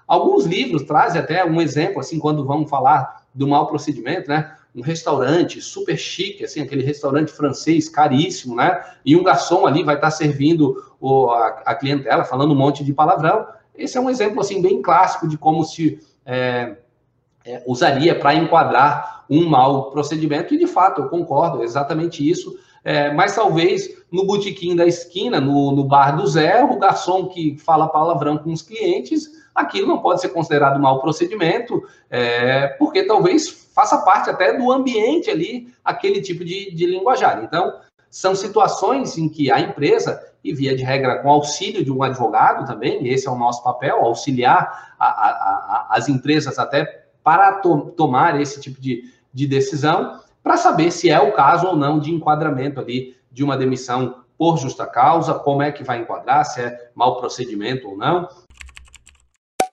Alguns livros trazem até um exemplo, assim, quando vamos falar do mau procedimento, né? Um restaurante super chique, assim, aquele restaurante francês caríssimo, né? E um garçom ali vai estar servindo a clientela, falando um monte de palavrão. Esse é um exemplo, assim, bem clássico de como se usaria para enquadrar um mau procedimento, e de fato eu concordo, é exatamente isso. Mas talvez no botequim da esquina, no bar do Zé, o garçom que fala palavrão com os clientes, aquilo não pode ser considerado mau procedimento, porque talvez faça parte até do ambiente ali, aquele tipo de linguajar. Então, são situações em que a empresa, e via de regra com auxílio de um advogado também, esse é o nosso papel, auxiliar as empresas até para tomar esse tipo de decisão, para saber se é o caso ou não de enquadramento ali de uma demissão por justa causa, como é que vai enquadrar, se é mau procedimento ou não.